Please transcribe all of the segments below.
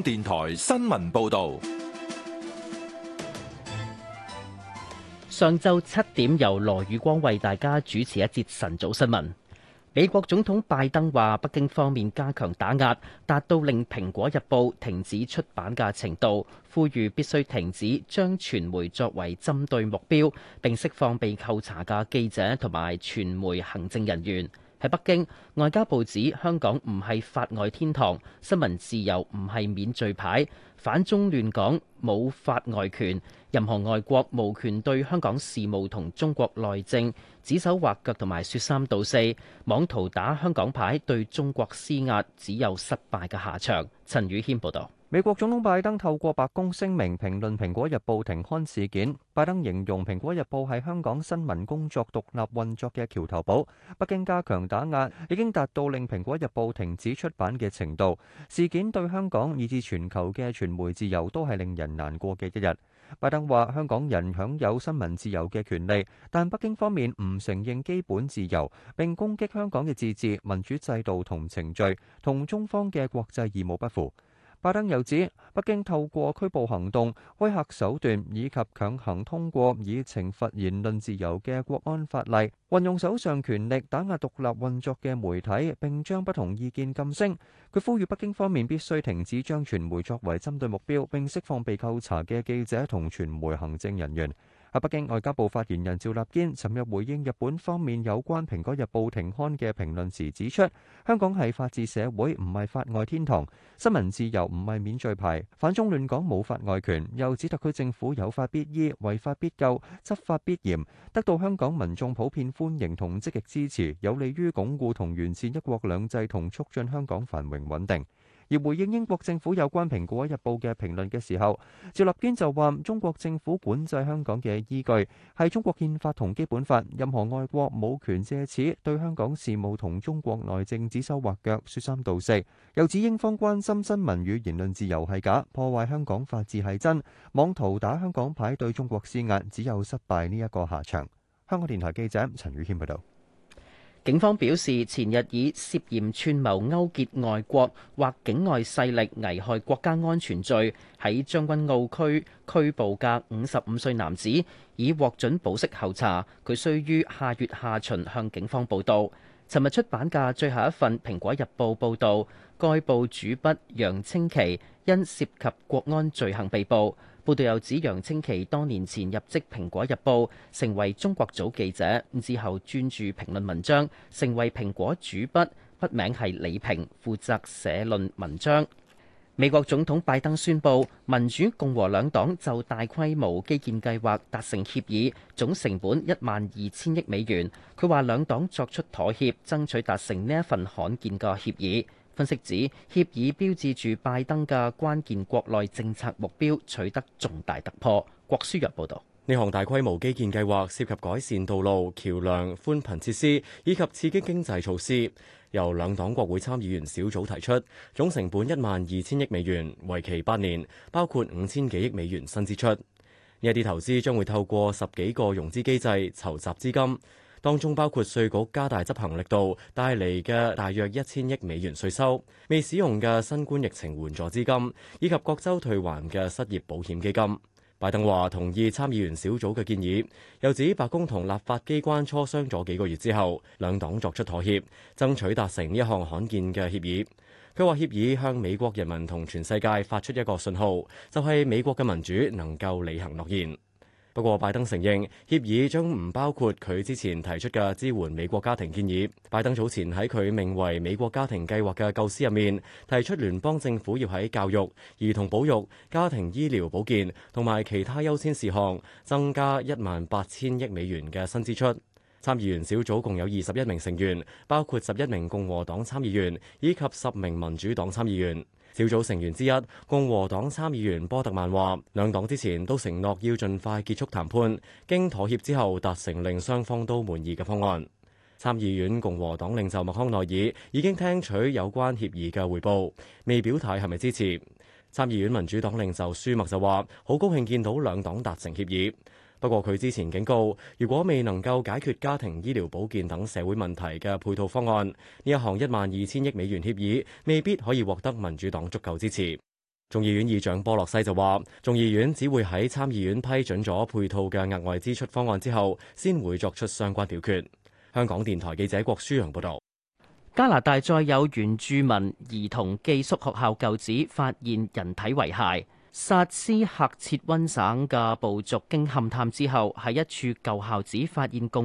港電台新聞報道。 上晝7點，由羅宇光為大家主持一節晨早新聞。美國總統拜登話，北京方面加強打壓，達到令《蘋果日報》停止出版嘅程度，呼籲必須停止將傳媒作為針對目標，並釋放被扣查嘅記者同埋傳媒行政人員。喺北京，外交部指香港唔係法外天堂，新聞自由唔係免罪牌，反中亂港冇法外權，任何外國無權對香港事務同中國內政指手畫腳同埋說三道四，妄圖打香港牌對中國施壓，只有失敗嘅下場。陳宇軒報導。 美國總統拜登透過白宮聲明評論《蘋果日報》停刊事件。拜登形容《蘋果日報》係香港新聞工作獨立運作嘅橋頭堡，北京加強打壓已經達到令《蘋果日報》停止出版嘅程度。事件對香港以至全球嘅傳媒自由都係令人難過嘅一日。拜登話：香港人享有新聞自由嘅權利，但北京方面唔承認基本自由，並攻擊香港嘅自治、民主制度同程序，同中方嘅國際義務不符。拜登又指，北京透過拘捕行動、威嚇手段以及強行通過以懲罰言論自由嘅國安法例，運用手上權力打壓獨立運作嘅媒體，並將不同意見噤聲。佢呼籲北京方面必須停止將傳媒作為針對目標，並釋放被扣查嘅記者同傳媒行政人員。喺北京，外交部發言人趙立堅尋日回應日本方面有關《蘋果日報》停刊嘅評論時指出，香港係法治社會，唔係法外天堂，新聞自由唔係免罪牌，反中亂港冇法外權。又指特區政府有法必依，違法必究，執法必嚴，得到香港民眾普遍歡迎同積極支持，有利於鞏固同完善一國兩制同促進香港繁榮穩定。而回應英國政府有關《蘋果日報》嘅評論嘅時候，趙立堅就話：中國政府管制香港嘅依據係中國憲法同基本法，任何外國冇權借此對香港事務同中國內政指手畫腳、說三道四。又指英方關心新聞與言論自由係假，破壞香港法治係真，妄圖打香港牌對中國施壓，只有失敗呢一個下場。香港電台記者陳宇軒報道。 警方表示，前日以涉嫌串謀勾結外國或境外勢力危害國家安全罪，喺將軍澳區拘捕嘅55歲男子，已獲准保釋候查。佢需於下月下旬向警方報到。尋日出版嘅最後一份《蘋果日報》報導，該報主筆楊清奇因涉及國安罪行被捕。報道又指楊清奇多年前入職《蘋果日報》，成為中國組記者，之後專注評論文章，成為蘋果主筆，筆名係李平，負責社論文章。美國總統拜登宣布，民主共和兩黨就大規模基建計劃達成協議，總成本12000億美元。佢話兩黨作出妥協，爭取達成呢一份罕見嘅協議。分析指，協議標誌住拜登嘅關鍵國內政策目標取得重大突破。郭書若報導。 呢項大規模基建計劃涉及改善道路、橋梁、寬頻設施以及刺激經濟措施，由兩黨國會參議員小組提出，總成本12000億美元，為期8年，包括5000幾億美元新支出。呢一啲投資將會透過10幾個融資機制籌集資金。當中包括稅局加大執行力度帶嚟嘅大約1000億美元稅收、未使用嘅新冠疫情援助資金，以及各州退還嘅失業保險基金。拜登話同意參議員小組嘅建議，又指白宮同立法機關磋商咗幾個月之後，兩黨作出妥協，爭取達成呢一項罕見嘅協議。佢話協議向美國人民同全世界發出一個信號，就係美國嘅民主能夠履行諾言。不過，拜登承認協議將唔包括佢之前提出嘅支援美國家庭建議。拜登早前喺佢名為美國家庭計劃嘅構思入面，提出聯邦政府要喺教育、兒童保育、家庭醫療保健同埋其他優先事項增加18000億美元嘅新支出。參議員小組共有21名成員，包括11名共和黨參議員以及10名民主黨參議員。小組成員之一，共和黨參議員波特曼話，兩黨之前都承諾要盡快結束談判，經妥協之後達成令雙方都滿意嘅方案。參議院共和黨領袖麥康奈爾已經聽取有關協議嘅彙報，未表態係咪支持。參議院民主黨領袖舒默就話，好高興見到兩黨達成協議。不過佢之前警告，如果未能夠解決家庭醫療保健等社會問題嘅配套方案，呢一項12000億美元協議未必可以獲得民主黨足夠支持。 眾議院議長波洛西就話，眾議院只會喺參議院批准咗配套嘅額外支出方案之後，先會作出相關表決。香港電台記者郭舒揚報導。 加拿大再有原住民兒童寄宿學校舊址發現人體遺骸。薩斯喀徹溫省嘅部族經勘探之後，喺一處舊校址發現共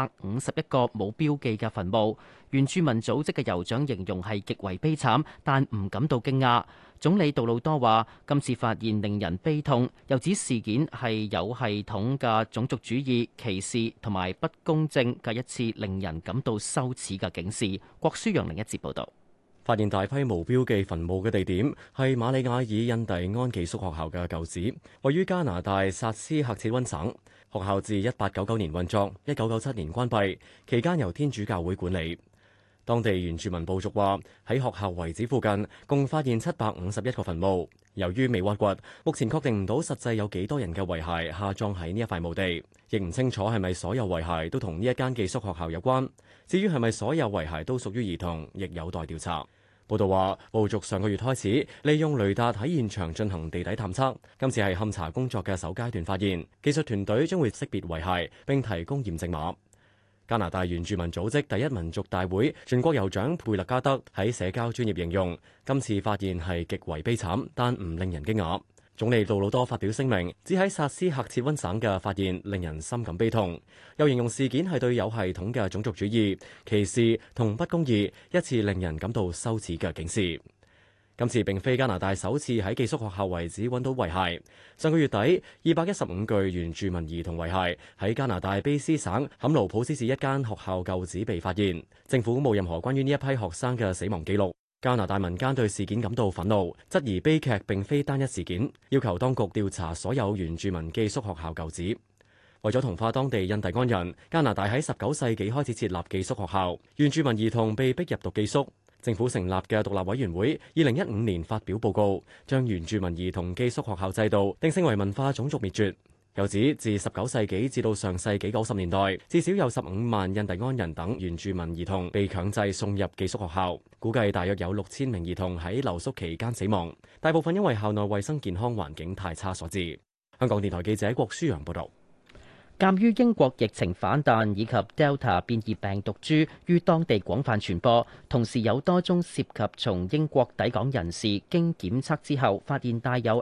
751個冇標記嘅墳墓。原住民組織嘅酋長形容係極為悲慘，但唔感到驚訝。總理杜魯多話：今次發現令人悲痛，又指事件係有系統嘅種族主義、歧視同埋不公正嘅一次令人感到羞恥嘅警示。郭舒陽另一節報導。 發現大批無標記墳墓嘅地點係馬里亞爾印第安寄宿學校嘅舊址，位於加拿大薩斯喀徹溫省。學校自1899年運作，1997年關閉，期間由天主教會管理。當地原住民部族話，喺學校遺址附近共發現751個墳墓，由於未挖掘，目前確定唔到實際有幾多人嘅遺骸下葬喺呢一塊墓地，亦唔清楚係咪所有遺骸都同呢一間寄宿學校有關。至於係咪所有遺骸都屬於兒童，亦有待調查。報道話，部族上個月開始利用雷達喺現場進行地底探測，今次係勘查工作嘅首階段發現，技術團隊將會識別遺骸並提供驗證碼。加拿大原住民組織第一民族大會全國酋長佩勒加德喺社交專頁形容，今次發現係極為悲慘，但唔令人驚訝。總理杜魯多發表聲明，指喺薩斯喀徹溫省嘅發現令人深感悲痛，又形容事件係對有系統嘅種族主義、歧視同不公義一次令人感到羞恥嘅警示。今次並非加拿大首次喺寄宿學校遺址揾到遺骸。上個月底，215具原住民兒童遺骸喺加拿大卑斯省坎盧普斯市一間學校舊址被發現，政府冇任何關於呢一批學生嘅死亡記錄。加拿大民間對事件感到憤怒，質疑悲劇並非單一事件，要求當局調查所有原住民寄宿學校舊址。為咗同化當地印第安人，加拿大喺19世紀開始設立寄宿學校，原住民兒童被逼入讀寄宿。政府成立嘅獨立委員會2015年發表報告，將原住民兒童寄宿學校制度定性為文化種族滅絕。又指自19世紀至到上世紀90年代，至少有15萬印第安人等原住民兒童被強制送入寄宿學校，估計大約有6000名兒童喺留宿期間死亡，大部分因為校內衛生健康環境太差所致。香港電台記者郭舒陽報導。 鑑於英國疫情反彈以及 Delta 變異病毒株於當地廣泛傳播，同時有多宗涉及從英國抵港人士經檢測之後發現帶有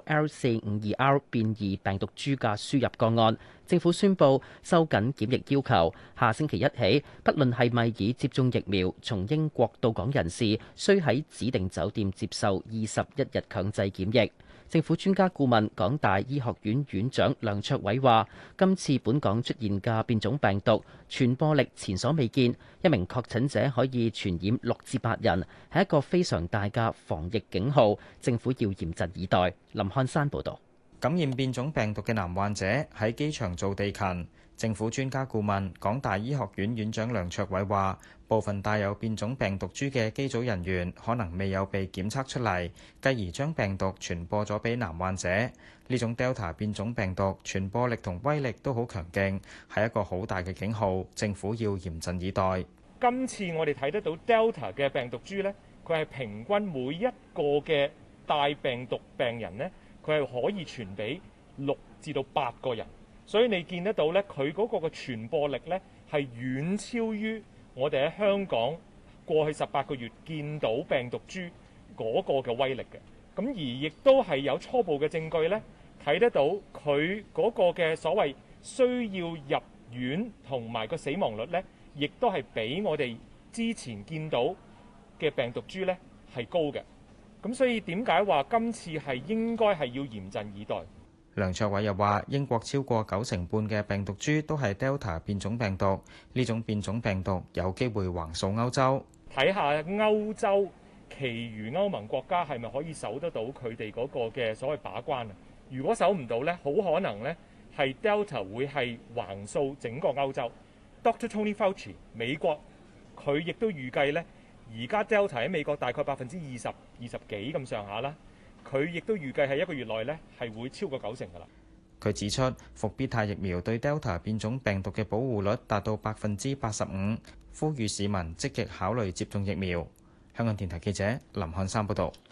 L452R 變異病毒株嘅輸入個案，政府宣布收緊檢疫要求，下星期一起，不論係咪已接種疫苗，從英國到港人士需喺指定酒店接受21日強制檢疫。政府專家顧問港大醫學院院長梁卓偉話：今次本港出現嘅變種病毒傳播力前所未見，一名確診者可以傳染6至8人，係一個非常大嘅防疫警號，政府要嚴陣以待。林漢山報導。 感染變種病毒嘅男患者喺機場做地勤。政府專家顧問港大醫學院院長梁卓偉話：部分帶有變種病毒株嘅機組人員可能未有被檢測出嚟，繼而將病毒傳播咗俾男患者。呢種 Delta 變種病毒傳播力同威力都好強勁，係一個好大嘅警號，政府要嚴陣以待。 今次我哋睇得到 Delta 嘅病毒株呢，佢係平均每一個嘅帶病毒病人呢，佢係可以傳俾6至到8個人。所以你見得到咧，佢嗰個嘅傳播力咧係遠超於我哋喺香港過去18個月見到病毒株嗰個嘅威力嘅。咁而亦都係有初步嘅證據咧，睇得到佢嗰個嘅所謂需要入院同埋個死亡率咧，亦都係比我哋之前見到嘅病毒株咧係高嘅。咁所以點解話今次係應該係要嚴陣以待？ 梁卓偉又話：英國超過90%嘅病毒株都係 Delta 變種病毒，呢種變種病毒有機會橫掃歐洲。 睇下歐洲其餘歐盟國家係咪可以守得到佢哋嗰個嘅所謂把關啊？如果守唔到呢，好可能呢係 Delta 會係橫掃整個歐洲。Dr. Tony Fauci 美國佢亦都預計呢，而家 Delta 喺美國大概20%、20幾咁上下啦。佢亦都預計喺1個月內呢係會超過90%㗎啦。 佢指出，復必泰疫苗對 Delta 變種病毒嘅保護率達到85%，呼籲市民積極考慮接種疫苗。香港電台記者林漢山報導。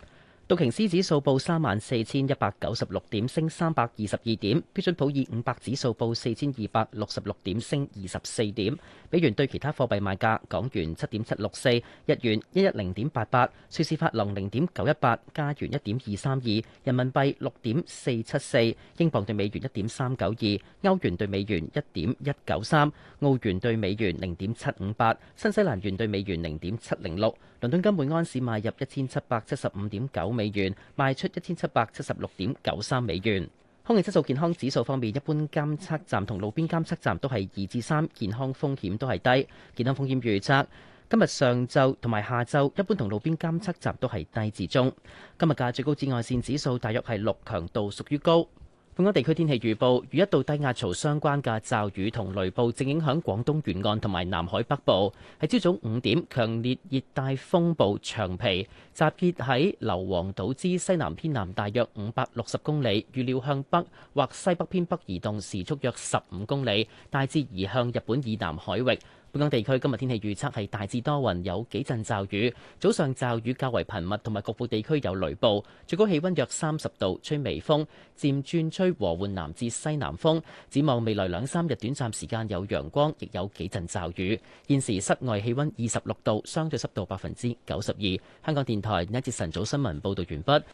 道瓊斯指數報34,196點，升322點；標準普爾500指數報4,266點，升24點。美元對其他貨幣賣價：港元7.764，日元110.88，瑞士法郎0.918，加元1.232，人民幣6.474，英鎊對美元1.392，歐元對美元1.193，澳元對美元0.758，新西蘭元對美元0.706。倫敦金每安士賣入1775.9美元，賣出1776.93美元。空氣質素健康指數方面，一般監測站同路邊監測站都係2至3，健康風險都係低。健康風險預測今日上晝同埋下晝，一般同路邊監測站都係低至中。今日嘅最高紫外線指數大約係6，強度屬於高。本港地區天氣預報，與一道低壓槽相關嘅驟雨同雷暴正影響廣東沿岸同埋南海北部。喺朝早5點，強烈熱帶風暴長皮集結喺硫磺島之西南偏南大約560公里，預料向北或西北偏北移動，時速約15公里，大致移向日本以南海域。本港地區今日天氣預測係大致多雲，有幾陣驟雨，早上驟雨較為頻密，同埋局部地區有雷暴，最高氣溫約30度，吹微風，漸轉吹和緩南至西南風。展望未來2、3日，短暫時間有陽光，亦有幾陣驟雨。現時室外氣溫26度，相對濕度92%。香港電台呢一節晨早新聞報道完畢。